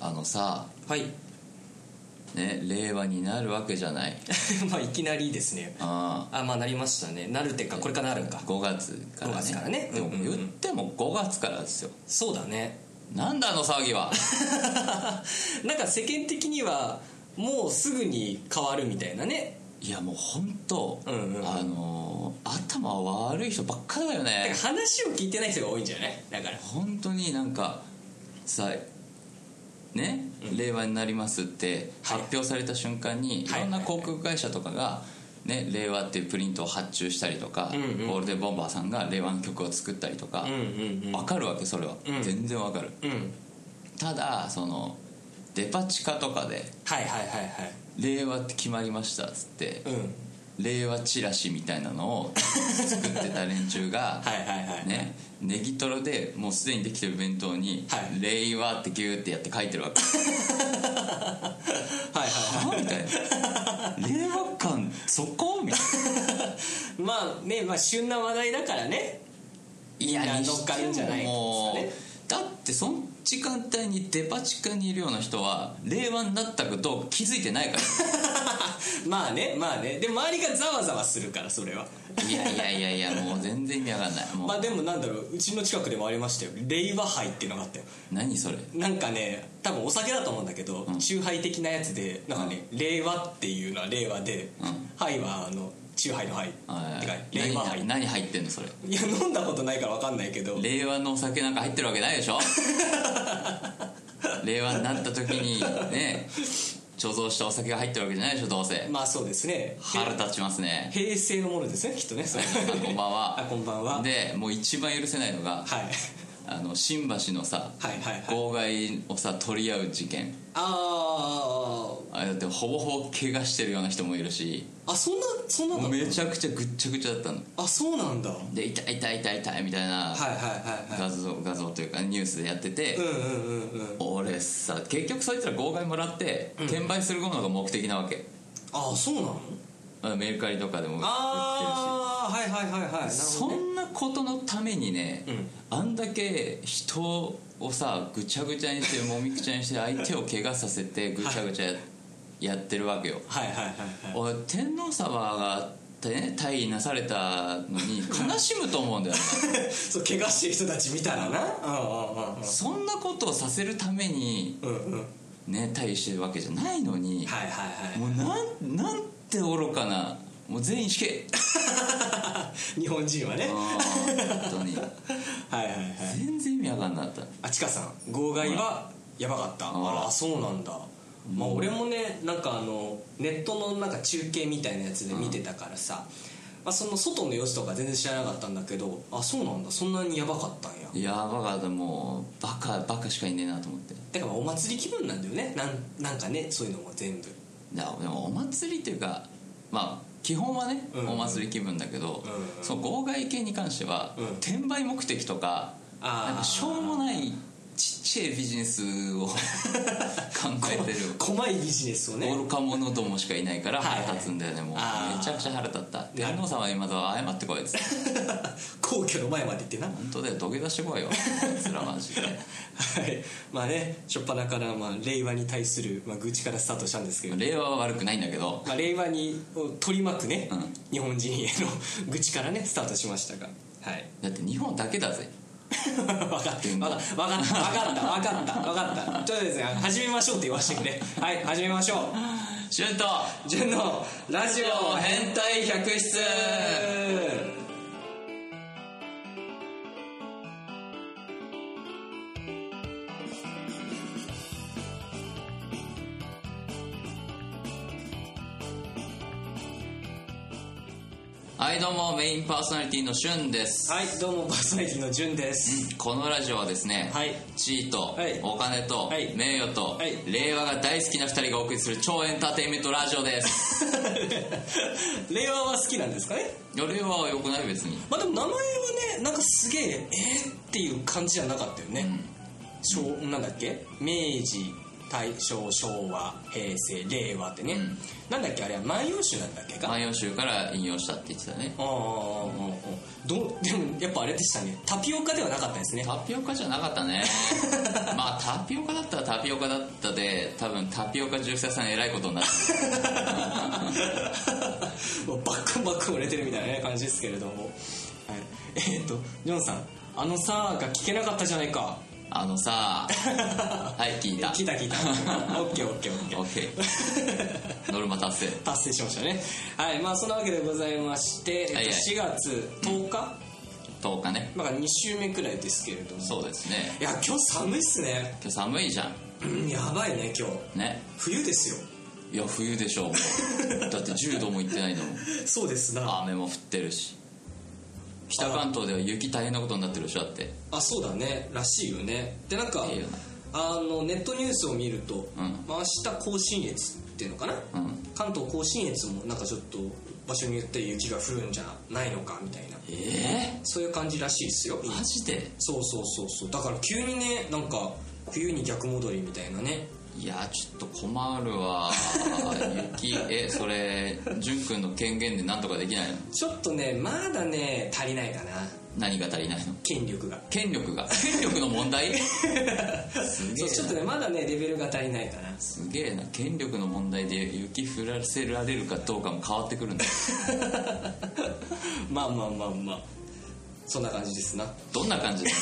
はいね、令和になるわけじゃないまあいきなりですね。まあなりましたね。なるっていうかこれからなるんか。 5月からね。 5月からね。 でも言っても5月からですよ。 そうだね。 なんだあの騒ぎはなんか世間的にはもうすぐに変わるみたいなね。 いやもう本当、頭悪い人ばっかだよだね。 から話を聞いてない人が多いんじゃない？だから本当になんかさね、令和になりますって発表された瞬間に、いろんな航空会社とかが、ね、令和っていうプリントを発注したりとか、ゴールデンボンバーさんが令和の曲を作ったりとか、分かるわけそれは、全然分かる、ただそのデパ地下とかで令和って決まりましたっつって、令和チラシみたいなのを作ってた連中がね、ネギトロでもうすでにできてる弁当に「令和」ってギューってやって書いてるわけはみたいな令和感そこみたいなまあね、まあ旬な話題だからね。 いや乗っかるんじゃないですかね。 だってその時間帯にデパ地下にいるような人は令和になったかどうか気づいてないからまあねでも周りがざわざわするからそれは。 いやもう全然意味わかんない。もうまあでもなんだろう、うちの近くでもありましたよ、令和杯っていうのがあったよ。 何それ。 なんかね、多分お酒だと思うんだけど、チューハイ的なやつでなんかね、令和っていうのは令和で、杯はチューハイの杯ってか令和杯。 何入ってんのそれ。 いや飲んだことないから分かんないけど、 令和のお酒なんか入ってるわけないでしょ令和になった時にね貯蔵したお酒が入ってるわけじゃないでしょどうせ。 まあそうですね。 腹立ちますね。 平成のものですねきっとね。 こんばんは。 こんばんは。 でもう一番許せないのが、新橋のさ、号外をさ取り合う事件。あれだってほぼほぼ怪我してるような人もいるし。 そんなのめちゃくちゃぐっちゃぐちゃだったの。 そうなんだ。 で痛いみたいな画像というかニュースでやってて、俺さ結局そいつら号外もらって転売するのが目的なわけ。 そうなの。 メルカリとかでも売ってるし。そんなことのためにね、あんだけ人をさぐちゃぐちゃにしてもみくちゃにして相手を怪我させてぐちゃぐちゃやってるわけよ。俺天皇様が退位なされたのに悲しむと思うんだよねそう怪我してる人たち見たらな。 そんなことをさせるためにね退位してるわけじゃないのに、もうなんて愚かな。もう全員死刑日本人はね本当に全然意味わかんなかった。 ちかさん号外はやばかった。そうなんだ。俺もねなんかネットのなんか中継みたいなやつで見てたからさ、その外の様子とか全然知らなかったんだけど、そうなんだ、そんなにやばかったんや。 やばかった。もうバカしかいねえなと思って。 だからお祭り気分なんだよね。なんかねそういうのも全部。 でもお祭りっていうかまあ基本はね、お祭り気分だけど、その号外系に関しては、転売目的とかなんかしょうもないちっちゃいビジネスを考えてる細いビジネスをね愚か者どもしかいないから腹立つんだよね。もうめちゃくちゃ腹立った。天皇様にまずは謝ってこいっつって皇居の前まで行ってな。 本当だよ土下座してこいよつらマジでまあね初っ端から令和に対する愚痴からスタートしたんですけど、 令和は悪くないんだけど、 令和に取り巻くね、日本人への愚痴からねスタートしましたが、 だって日本だけだぜ分かったとりあえず始めましょうって言わせてくれ。始めましょう。 潤と潤のラジオ変態百室。 どうもメインパーソナリティのしゅんです。 どうもパーソナリティのじゅんです。 このラジオはですね、地位と、お金と、名誉と、令和が大好きな2人がお送りする超エンターテインメントラジオです令和は好きなんですかね。 いや令和は良くない別に。 でも名前はねなんかすげえっていう感じじゃなかったよね。なんだっけ明治大正、昭和、平成、令和ってね、なんだっけあれは万葉集なんだっけか。 万葉集から引用したって言ってたね。 でもやっぱあれでしたね、タピオカではなかったですね。 タピオカじゃなかったね。まあタピオカだったらタピオカだったで、多分タピオカジュース屋さん偉いことになってもうバックンバックン売れてるみたいな、ね、感じですけれども、はい、ジョンさん、あのさが聞けなかったじゃないか。 あのさはい聞いたオッケーノルマ達成しましたね。はい、まあそんなわけでございまして、4月10日、 10日ね、 まあ2週目くらいですけれども。 そうですね。 いや今日寒いっすね。 今日寒いじゃん。 やばいね今日ね。冬ですよ。 いや冬でしょうもうだって10度もいってないのもそうですな。 雨も降ってるし、北関東では雪大変なことになってるでしょ。だってあ、そうだね、らしいよね。でなんかネットニュースを見ると、まあ、明日甲信越っていうのかな、関東甲信越もなんかちょっと場所によって雪が降るんじゃないのかみたいな、そういう感じらしいですよ。 マジで？ そうだから急にね、なんか冬に逆戻りみたいなね。 いやちょっと困るわ雪それ淳君の権限でなんとかできないの？ ちょっとねまだね足りないかな。 何が足りないの？ 権力の問題すげえそうちょっとねまだねレベルが足りないかな。 すげえな。権力の問題で雪降らせられるかどうかも変わってくるんだまあそんな感じですな。 どんな感じだ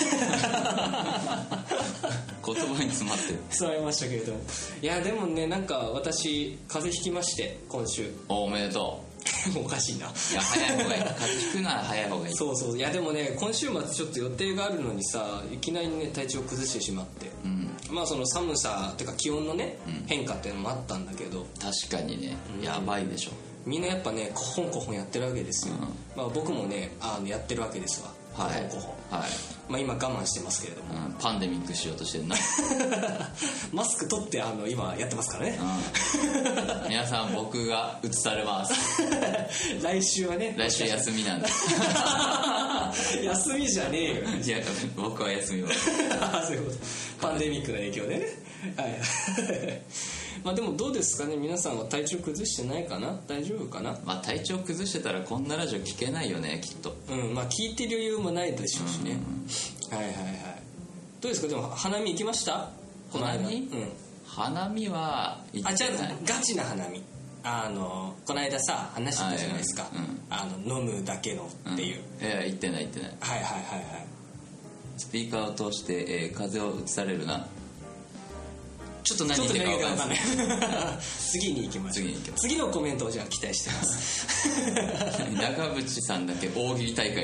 言葉に詰まってる。 詰まりましたけれども、いやでもねなんか私風邪ひきまして今週。 おめでとうおかしいな。いや早い方がいい。風邪ひくなら早い方がいい。 そういやでもね今週末ちょっと予定があるのにさ、いきなりね体調崩してしまって、まあその寒さってか気温のね、変化っていうのもあったんだけど、 確かにね、やばいでしょ。 みんなやっぱねコホンやってるわけですよ、まあ、僕もねやってるわけですわ。コホン、まあ、今我慢してますけれども、 パンデミックしようとしてるなマスク取って今やってますからね、 皆さん僕が移されます来週はね、 来週休みなんで休みじゃねえよ。 いや僕は休みはそういうこと。パンデミックの影響でねはいまあでもどうですかね、皆さんは体調崩してないかな、大丈夫かな。 まあ体調崩してたらこんなラジオ聞けないよねきっと。 まあ聞いてる余裕もないでしょうしね、はいどうですか。でも花見行きました？ 花見？花見は行ってない。 じゃあガチな花見、この間さ話してたじゃないですか、飲むだけのっていう、 いや行ってないはいスピーカーを通して、風を移されるな。ちょっと何言ってるか分かんない次に行きましょう。次のコメントをじゃあ期待してます中渕さんだけ大喜利大会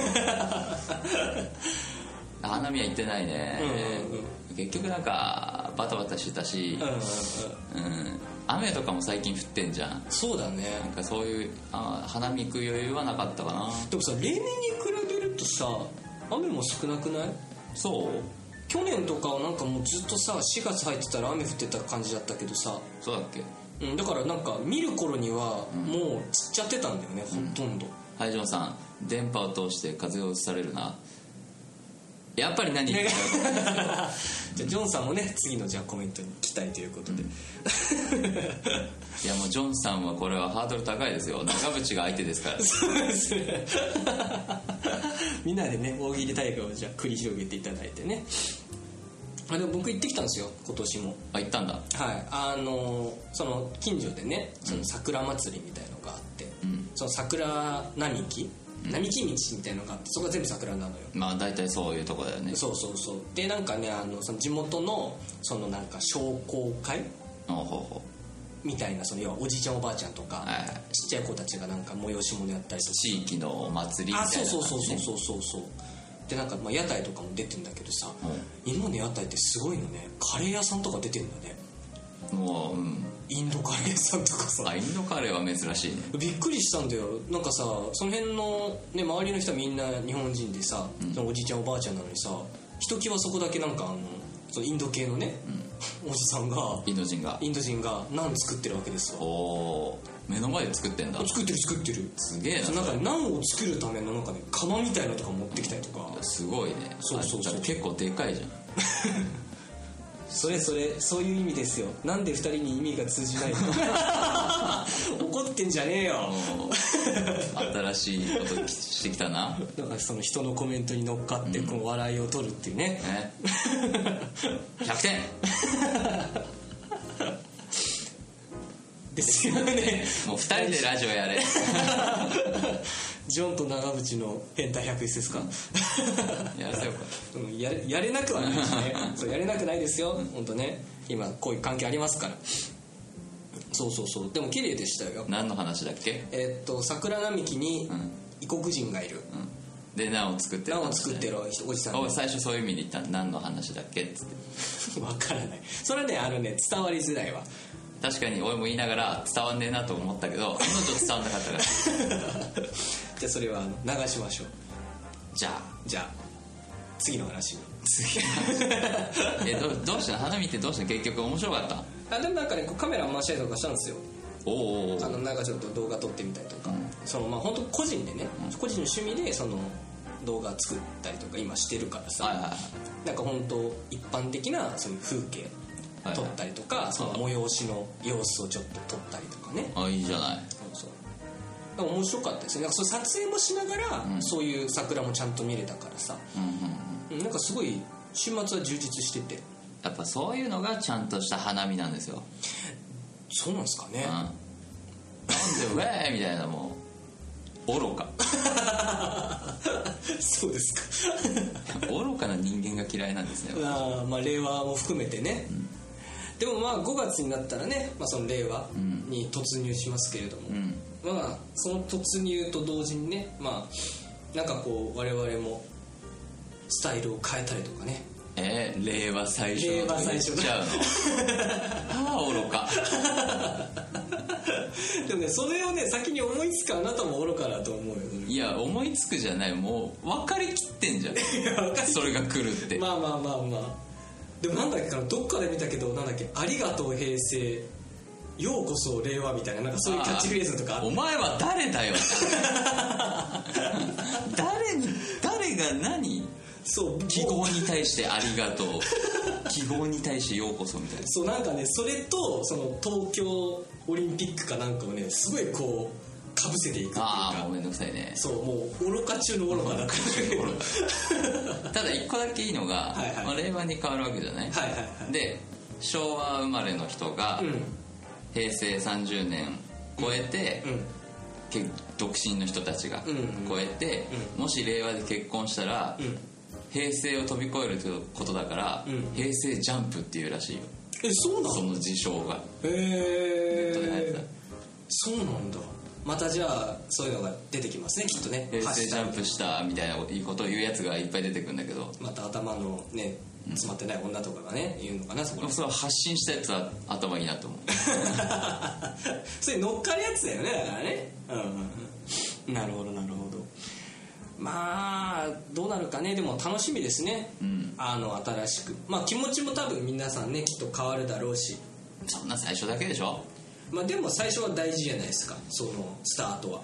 花見は行ってないね、結局なんかバタバタしてたし、雨とかも最近降ってんじゃん。 そうだね。 なんかそういう花見行く余裕はなかったかな。 でもさ例年に比べるとさ雨も少なくない？ そう？ 去年とかはなんかもうずっとさ4月入ってたら雨降ってた感じだったけどさ。 そうだっけ？ だからなんか見る頃にはもう散っちゃってたんだよね、ほとんど。 はい、ジョンさん電波を通して風を移されるな。やっぱり何言ってるかじゃあジョンさんもね次のじゃあコメントに期待ということで、 いやもうジョンさんはこれはハードル高いですよ。中渕が相手ですからそうですねみんなでね大喜利大会をじゃあ繰り広げていただいてね。でも僕行ってきたんですよ今年も。 行ったんだ。 はいその近所でねその桜祭りみたいのがあって、その桜並木道みたいのがあって、そこが全部桜なのよ。 まあ大体そういうとこだよね。 そうでなんかねその地元のそのなんか商工会みたいな、その要はおじいちゃんおばあちゃんとか、ちっちゃい子たちがなんか催し物やったりとか地域のお祭りみたいな感じ、 そうでなんかまあ屋台とかも出てんだけどさ、今の屋台ってすごいのね。カレー屋さんとか出てんだね。 もうインドカレーさんとかさ。 インドカレーは珍しいね。 びっくりしたんだよ。なんかさその辺の、ね、周りの人はみんな日本人でさ、そのおじいちゃんおばあちゃんなのにさ、ひときわそこだけなんかそのインド系のね、おじさんがインド人がナン作ってるわけですわ。 目の前で作ってんだ。 作ってるすげえな。なんかナンを作るためのなんかね釜みたいなのとか持ってきたりとか。 すごいね。そう結構でかいじゃんそれそういう意味ですよ。なんで2人に意味が通じないの怒ってんじゃねえよ新しいことしてきたな。 だからその人のコメントに乗っかってこの笑いを取るっていうね、 100点ですよね。 もう2人でラジオやれジョンと長渕の変態百出ですかやらせようか。 やれなくはないですねそうやれなくないですよ本当ね。今こういう関係ありますから。そうでも綺麗でしたよ。 何の話だっけ？ 桜並木に異国人がいる、 でナンを作ってるおじさんが最初そういう意味で言ったら何の話だっけっつって分からない。それはね伝わりづらいわ。 確かに俺も言いながら伝わんねえなと思ったけど案の定伝わんなかったからじゃあそれは流しましょう。じゃあ次の話にどうした花見ってどうした結局面白かった？ でもなんかねカメラ回したりとかしたんですよ。 おなんかちょっと動画撮ってみたりとか、本当個人でね、個人の趣味でその動画作ったりとか今してるからさ、なんか本当一般的なそういう風景撮ったりとか、その催しの様子をちょっと撮ったりとかね。 いいじゃない。 そう面白かったですね。なんかそれ撮影もしながら、そういう桜もちゃんと見れたからさ、なんかすごい週末は充実してて。 やっぱそういうのがちゃんとした花見なんですよ。 そうなんですかね。 なんでウェーみたいなもう愚かそうですか愚かな人間が嫌いなんですね。 まあ令和も含めてね、でもまあ5月になったらね、その令和に突入しますけれども、その突入と同時にね、なんかこう我々もスタイルを変えたりとかね。 令和最初の時にしちゃうの愚かでもねそれをね先に思いつくあなたも愚かだと思うよ。 いや思いつくじゃない、もう分かりきってんじゃんそれが来るって。 まあでもなんだっけかな、どっかで見たけど、なんだっけ、ありがとう平成ようこそ令和みたいな、なんかそういうキャッチフレーズとか。 お前は誰だよ誰が何、 そう記号に対してありがとう記号に対してようこそみたいな。 そうなんかね、それとその東京オリンピックかなんかをねすごいこうかぶせていくっていうか。 もうめんどくさいね。 そうもう愚か中の愚かだからただ一個だけいいのが、令和に変わるわけじゃない、で昭和生まれの人が、平成30年超えて、独身の人たちが超えて、もし令和で結婚したら、平成を飛び越えるということだから、平成ジャンプっていうらしいよ。 そうなの？ その自称がそうなんだ。またじゃあそういうのが出てきますねきっとね。 平成ジャンプしたみたいなことを言うやつがいっぱい出てくるんだけど、 また頭のね詰まってない女とかがね言うのかな。そこそう発信したやつは頭いいなと思うそれ乗っかるやつだよね、だからね。なるほどなるほど。まあどうなるかね。でも楽しみですね、新しく。気持ちも多分皆さんねきっと変わるだろうし。 そんな最初だけでしょ。 でも最初は大事じゃないですか、そのスタートは。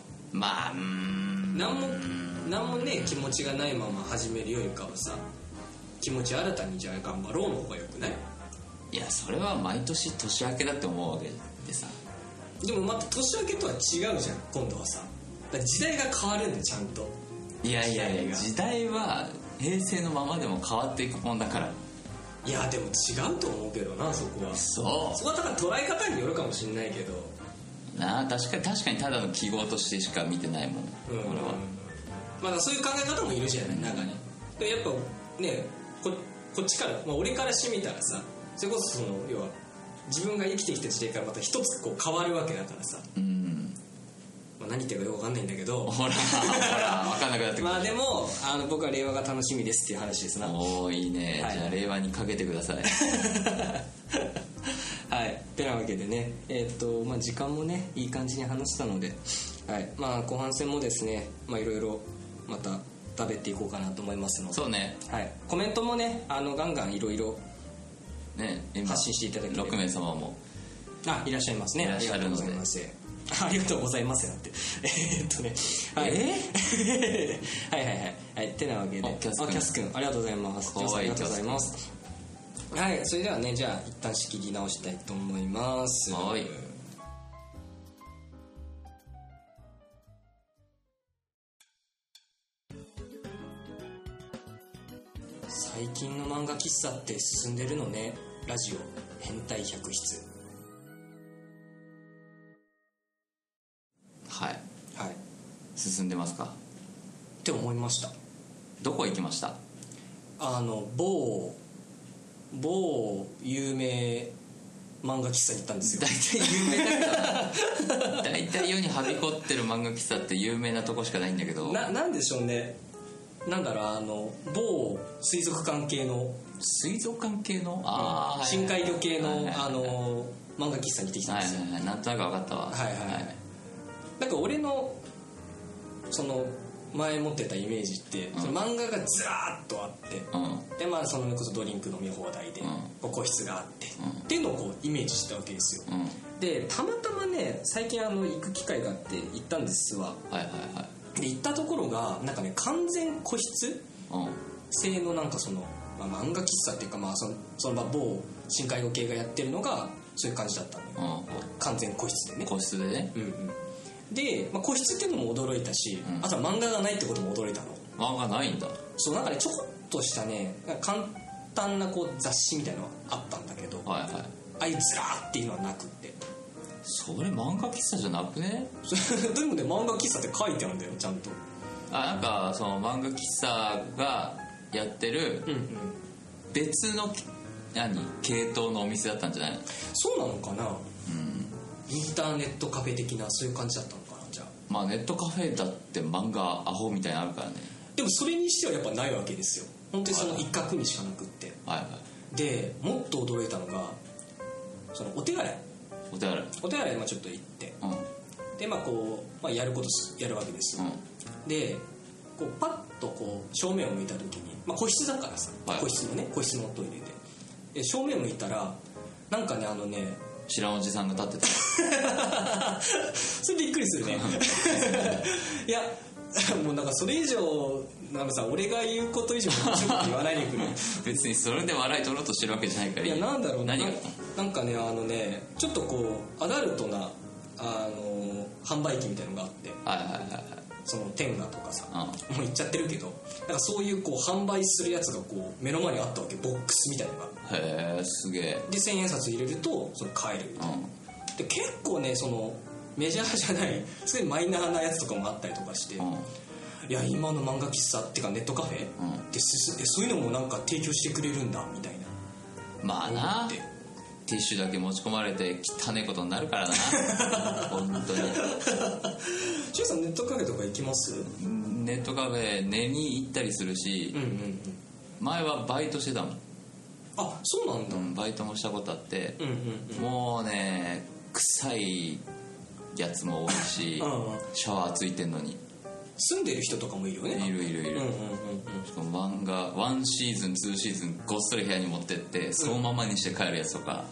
何もね気持ちがないまま始めるよりかはさ、気持ち新たにじゃあ頑張ろうの方がよくない？ いやそれは毎年年明けだって思うわけでさ。 でもまた年明けとは違うじゃん今度はさ。だから時代が変わるんだよちゃんと。 いや時代は平成のままでも変わっていくもんだから。 いやでも違うと思うけどな、そこは。そこはだから捉え方によるかもしれないけどな。確かにただの記号としてしか見てないもん、俺は。 そういう考え方もいるじゃない中に。でやっぱね こっちから、俺からしてみたらさ、それこそ要は自分が生きてきた時代からまた一つこう変わるわけだからさ。何言ってるかよく分かんないんだけど、 ほら分かんなくなってくる。 でも僕は令和が楽しみですっていう話ですな。 いいね、じゃあ令和にかけてくださいはいてなわけでね、時間もねいい感じに話したので、後半戦もですねいろいろまた食べていこうかなと思いますので。 そうね、 コメントもねガンガンいろいろ発信していただければ。 6名様もいらっしゃいますね。 いらっしゃるのでありがとうございますよってはいてなわけで、キャス君ありがとうございます。 かわいいありがとうございます。 はい、それではね、じゃあ一旦仕切り直したいと思います。 はい。 最近の漫画喫茶って進んでるのね。ラジオ変態百室。 はいはい、 進んでますかって思いました。 どこ行きました？ 某有名漫画喫茶に行ったんですよ。 大体有名だから大体世にはびこってる漫画喫茶って有名なとこしかないんだけど、 なんでしょうね。なんだろう、某水族館系の深海魚系の漫画喫茶に行ってきたんですよ。 はいはいはい、なんとなく分かったわ。 はいはいはい。なんか俺のその前持ってたイメージって、その漫画がずらーっとあって、でまあそのこそドリンク飲み放題で、個室があって、っていうのをこうイメージしてたわけですよ。でたまたまね、最近行く機会があって行ったんですわ。 はいはいはい。 で行ったところがなんかね、完全個室制のなんかその、漫画喫茶っていうか、その某深海魚系がやってるのがそういう感じだったのよ。完全個室でね。 個室でね。 で、個室っていうのも驚いたし、あとは漫画がないってことも驚いたの。 漫画ないんだ。 そう、なんかね、ちょこっとしたね、簡単なこう雑誌みたいなのがあったんだけど、 はいはい、 ああいうずらーっていうのはなくって。 それ漫画喫茶じゃなくね？ でもね、漫画喫茶って書いてあるんだよ、ちゃんと。 なんかその漫画喫茶がやってる別の系統のお店だったんじゃないの？ そうなのかな。インターネットカフェ的な、そういう感じだったのかな。じゃあネットカフェだって漫画アホみたいなのあるからね。 でもそれにしてはやっぱないわけですよ。本当にその一角にしかなくって、 はいはい、 でもっと驚いたのが、そのお手洗いちょっと行って、でこう、やることやるわけですよ。でこうパッとこう正面を向いた時に、個室だからさ、個室のトイレで正面向いたら、なんかね、 知らんおじさんが立ってたそれびっくりするねいやもうなんかそれ以上さ、俺が言うこと以上面白く言わないでくれ別にそれで笑い取ろうとしてるわけじゃないから。 いや、なんだろうな、 何がなんかね、ちょっとこうアダルトな販売機みたいなのがあって、 はいはいはいはい、 そのテンガとかさ、もう言っちゃってるけど、なんかそういうこう販売するやつがこう目の前にあったわけ、ボックスみたいなのが。 へえ、すげえ。 で1000円札入れるとその買えるみたいな、で結構ね、そのメジャーじゃないすごいマイナーなやつとかもあったりとかして、いや今の漫画喫茶ってかネットカフェ、そういうのもなんか提供してくれるんだみたいな。 まあな、ティッシュだけ持ち込まれて汚いことになるからな本当に。 シュウさんネットカフェとか行きます？ ネットカフェ寝に行ったりするし、前はバイトしてたもん。 あ、そうなんだ。 バイトもしたことあって、もうね、臭いやつも多いしシャワーついてんのに住んでる人とかもいるよね。 いる、しかも漫画1シーズン2シーズンごっそり部屋に持ってってそのままにして帰るやつとか、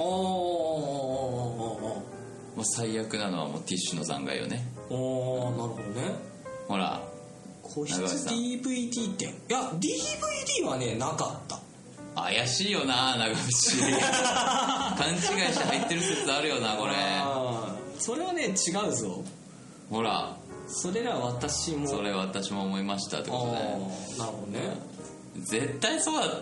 もう最悪なのはもうティッシュの残骸よね。 なるほどね。 ほら個室 DVD 店、いや DVD はねなかった。 怪しいよな長渕勘違いして入ってる説あるよなこれ。 それはね違うぞ。 ほらそれ私も思いましたってことで。 なるほどね。 絶対そうだって。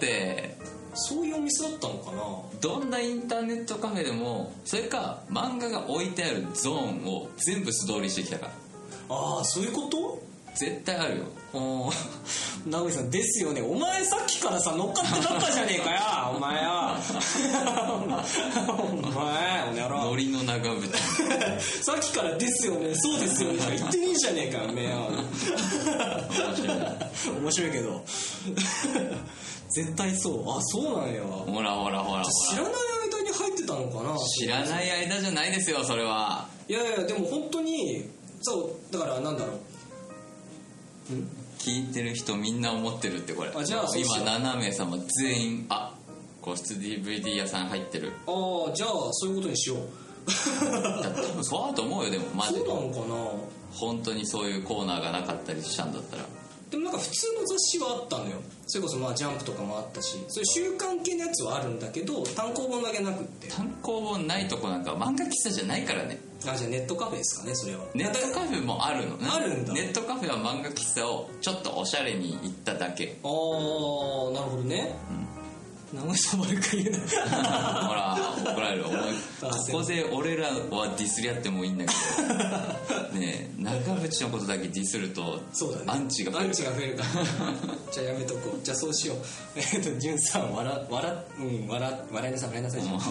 そういうお店だったのかな。 どんなインターネットカフェでもそれか漫画が置いてあるゾーンを全部素通りしてきたから。 ああ、そういうこと？絶対あるよ。 直井さんですよね。お前さっきからさ乗っかってばっかじゃねえかよお前よお前おねやろノリの長渕さっきからですよね、そうですよね言ってねえじゃねえかおめえよ面白いけど絶対そう。あ、そうなんや。 ほら知らない間に入ってたのかな。 知らない間じゃないですよそれは。 いやでも本当にそうだから、なんだろう、 聞いてる人みんな思ってるってこれ。 じゃあ今7名様全員個室 DVD 屋さん入ってる。 じゃあそういうことにしよう多分そうだと思うよ。でもマジでそうなのかな。 本当にそういうコーナーがなかったりしたんだったら。 でもなんか普通の雑誌はあったのよ。それこそまあジャンプとかもあったし、そういう週刊系のやつはあるんだけど単行本だけなくって。 単行本ないとこなんか漫画喫茶じゃないからね。 じゃあネットカフェですかね、それは。 ネットカフェもあるのね。 あるんだ。 ネットカフェは漫画喫茶をちょっとおしゃれに行っただけ。 ああ、なるほどね。名古屋さん悪く言うなほら怒られる。お前ここで俺らはディスり合ってもいいんだけどねえ、長渕のことだけディスるとそうだね、 アンチが増えるからじゃあやめとこう。じゃあそうしよう。じゅんさん笑いなさい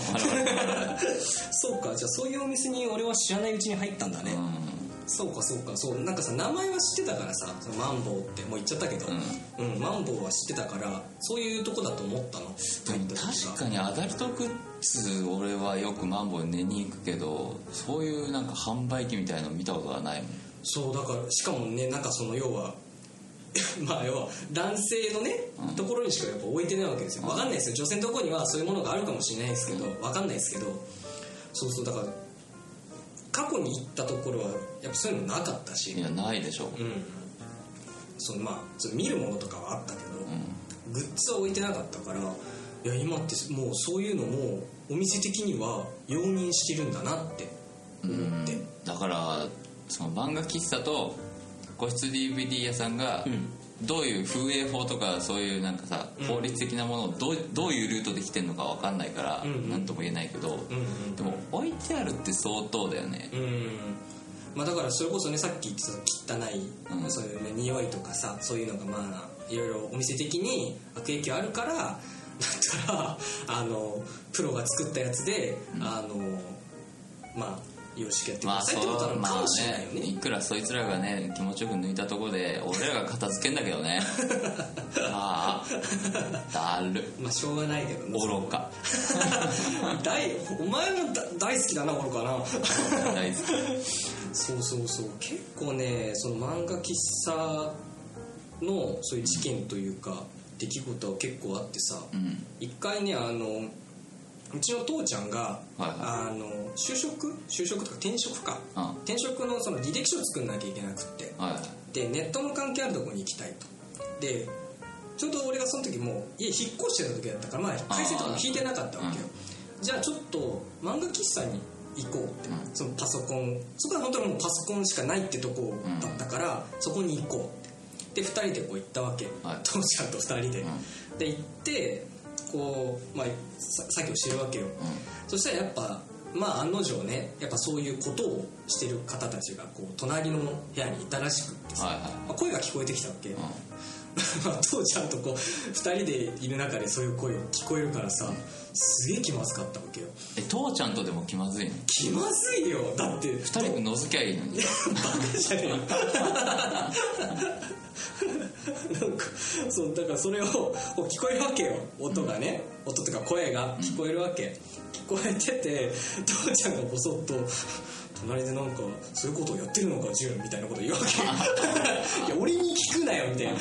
そうか、じゃあそういうお店に俺は知らないうちに入ったんだね。そうかそうなんかさ、名前は知ってたからさ、そのマンボウってもう言っちゃったけど、マンボウは知ってたからそういうとこだと思ったの。 でも確かにアダルトグッズ俺はよくマンボウ寝に行くけど、そういうなんか販売機みたいなの見たことはないもん。 そうだから、しかもね、なんかその要はまあ要は男性のね、ところにしかやっぱ置いてないわけですよ。分かんないですよ、女性のところにはそういうものがあるかもしれないですけど、分かんないですけど、そうだから過去に行ったところはやっぱそういうのなかったし。 いやないでしょ。 そのまあその見るものとかはあったけど、グッズは置いてなかったから、いや今ってもうそういうのもお店的には容認してるんだなって思って。 だからその漫画喫茶と個室 DVD 屋さんがどういう風営法とかそういうなんかさ、法律的なものをどういうルートで来てんのか分かんないから何とも言えないけど、でも置いてあるって相当だよね。 まあだからそれこそね、さっき言ってた汚い、そういうね匂いとかさ、そういうのがまあいろいろお店的に悪影響あるから、だったらプロが作ったやつで、まあよろしくやってくださいってことなのかもしれないよね。 いくらそいつらがね気持ちよく抜いたところで俺らが片付けんだけどねああだる。 まあしょうがないけどね。 愚かお前も大好きだな、愚かな大好きそう結構ね、その漫画喫茶のそういう事件というか、出来事は結構あってさ、一回ねうちの父ちゃんが、就職とか転職か、転職のその履歴書を作んなきゃいけなくって、でネットの関係あるところに行きたいと。でちょうど俺がその時もう家引っ越してた時だったから、まあ回線とかも引いてなかったわけよ。じゃあちょっと漫画喫茶に行こうって、そのパソコン、そこは本当にもうパソコンしかないってとこだったから、そこに行こうって。で2人でこう行ったわけ、父ちゃんと2人で、で行ってこう、まあ、作業してるわけよ、そしたらやっぱまあ案の定ね、やっぱそういうことをしてる方たちがこう隣の部屋にいたらしくってさ、声が聞こえてきたわけ、父ちゃんとこう2人でいる中でそういう声聞こえるからさ、すげえ気まずかったわけよ。 父ちゃんとでも気まずいの？ 気まずいよ、だって 2人で覗きゃいいのに。 バカじゃねえよなんかそうだからそれを聞こえるわけよ、音がね、音とか声が聞こえるわけ、聞こえてて、父ちゃんがボソッと隣でなんかそういうことをやってるのかジュンみたいなこと言うわけいや俺に聞くなよみたいな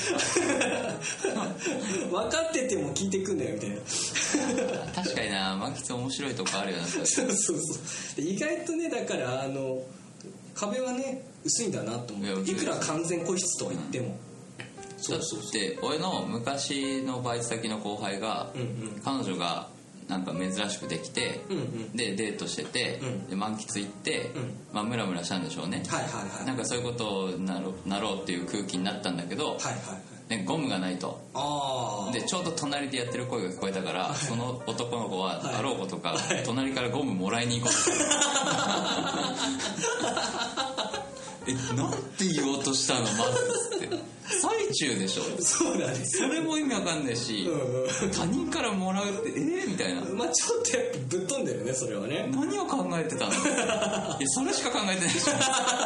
分かってても聞いてくんだよみたいな確かにな、満喫面白いとこあるよな。 そうで意外とね、だから壁はね薄いんだなと思って、いくら完全個室とは言っても、 だって俺の昔のバイト先の後輩が、彼女がなんか珍しくできて、でデートしてて、で満喫行って、まあムラムラしたんでしょうね、なんかそういうことになろうっていう空気になったんだけど、ね、ゴムがないと。でちょうど隣でやってる声が聞こえたから、その男の子はあろうことか、隣からゴムもらいに行こうなんて言おうとしたのまずって最中でしょ。 そうだね、 それも意味わかんないし、他人からもらうってみたいな、 まあちょっとやっぱぶっ飛んでるね、それはね。 何を考えてたのいやそれしか考えてないでし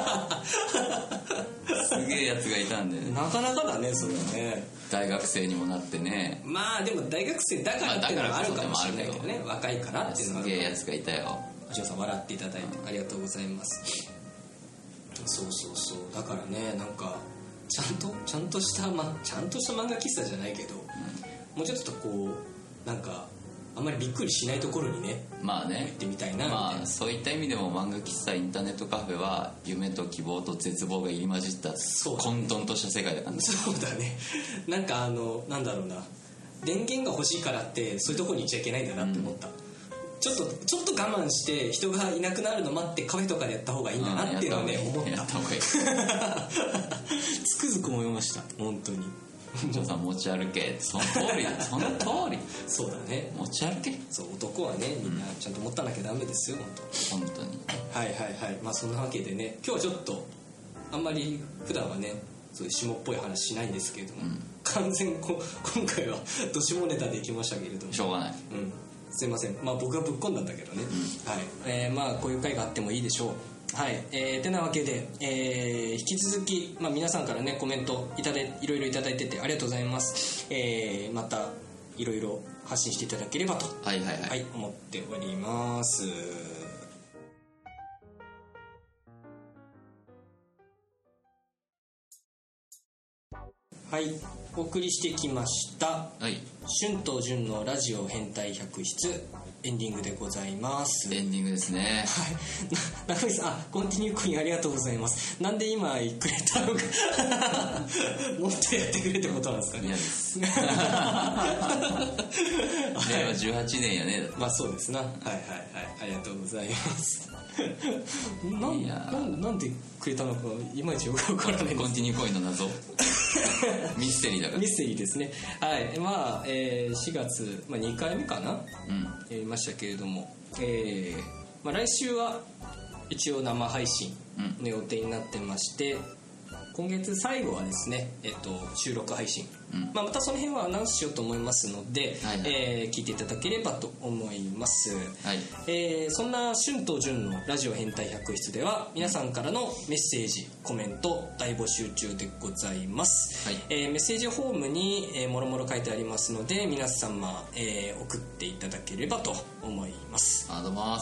ょすげえやつがいたんでね。 なかなかだね、それはね。 大学生にもなってね。 まあでも大学生だからっていうのはあるかもしれないけどね、若いからっていうのはある。 すげえやつがいたよ。 お嬢さん笑っていただいてありがとうございます。そうだからね、なんかちゃんとした漫画喫茶じゃないけど、もうちょっとこうなんかあんまりびっくりしないところにねまあね行ってみたいなみたいな、 まあそういった意味でも漫画喫茶インターネットカフェは夢と希望と絶望が入り混じった混沌とした世界だからね。 そうだね。なんかなんだろうな、電源が欲しいからってそういうところに行っちゃいけないんだなって思った、ちょっと我慢して人がいなくなるの待ってカフェとかでやった方がいいんだなっていうのはね思った。 やった方がいいつくづく思いました本当に。 ジョーさん持ち歩け、その通りその通りそうだね、 持ち歩け。 そう男はねみんなちゃんと持たなきゃダメですよ本当に。 はいはいはい。まあそんなわけでね、今日はちょっとあんまり普段はねそういう下っぽい話しないんですけれども、完全今回はどしもネタでいきましたけれどもしょうがない、 すいません。まあ僕がぶっ込んだんだけどね、はい、まあこういう回があってもいいでしょう。はい、てなわけで、引き続き、まあ、皆さんからねコメントいろいろいただいててありがとうございます。またいろいろ発信していただければと、はい思っております。はい、お送りしてきました、春と潤のラジオ変態百室エンディングでございます。 エンディングですね。 はい。中身さん、コンティニューコインありがとうございます。なんで今くれたのかもっとやってくれってことなんですかね。 嫌です。令和18年やね。 まあそうですな。はいはいはい。ありがとうございます。なんでくれたのかいまいちよくわからないです。 コンティニューコインの謎ミステリーだから。 ミステリーですね。はい。まあ、4月、まあ、2回目かな、やりましたけれども、まあ、来週は一応生配信の予定になってまして、今月最後はですね、収録配信、まあ、またその辺はアナウンスしようと思いますので、聞いていただければと思います。そんな春と潤のラジオ変態百室では皆さんからのメッセージコメント大募集中でございます。メッセージフォームにもろもろ書いてありますので皆様、送っていただければと思います。 ありがとうございます。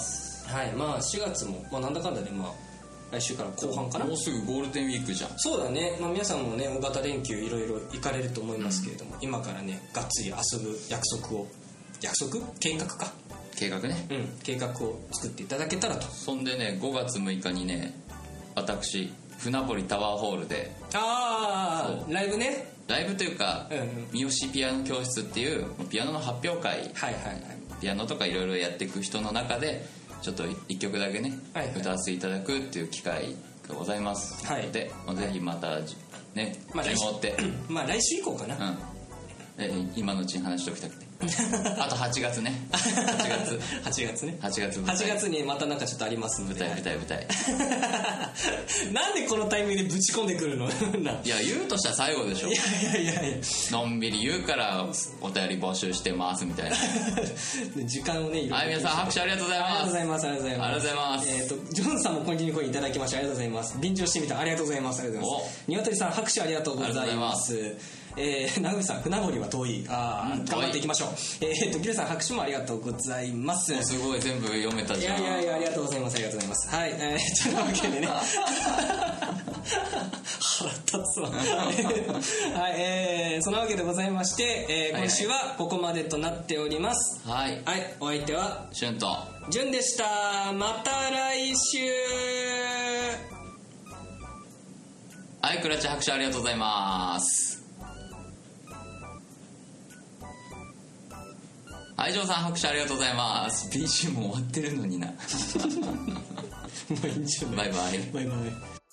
はい。まあ4月も、まあ、なんだかんだでまあ来週から後半かな。 もうすぐゴールデンウィークじゃん。 そうだね、まあ、皆さんもね大型連休いろいろ行かれると思いますけれども、今からねがっつり遊ぶ計画ね、計画を作っていただけたらと。 そんでね5月6日にね私船堀タワーホールでライブね、 ライブというか、三好ピアノ教室っていうピアノの発表会、ピアノとかいろいろやっていく人の中でちょっと1曲だけね、歌わせていただくっていう機会がございます、でぜひまたね順を追ってまあ来週以降かな、 今のうちに話しておきたくてあと8月ね8月にまたなんかちょっとありますので、 舞台なんでこのタイミングでぶち込んでくるのいや言うとしたら最後でしょ。いやのんびり言うからお便り募集してますみたいな時間をね皆さん拍手ありがとうございます。 ありがとうございます。ジョンさんもコンティニューコインいただきましてありがとうございます。便乗してみたありがとうございます。ニワトリさん拍手ありがとうございます。長渕さん船堀は遠い、頑張っていきましょう。ギルさん拍手もありがとうございます。 すごい全部読めたじゃん。 いやありがとうございます。はい、というわけでね腹立つわはい、そのわけでございまして、今週はここまでとなっております。お相手はしゅんとじゅんでした。また来週。 クラッチ拍手ありがとうございます。ジョーさん拍手ありがとうございます。 BGM も終わってるのになもういいんじゃない。 バイバイ。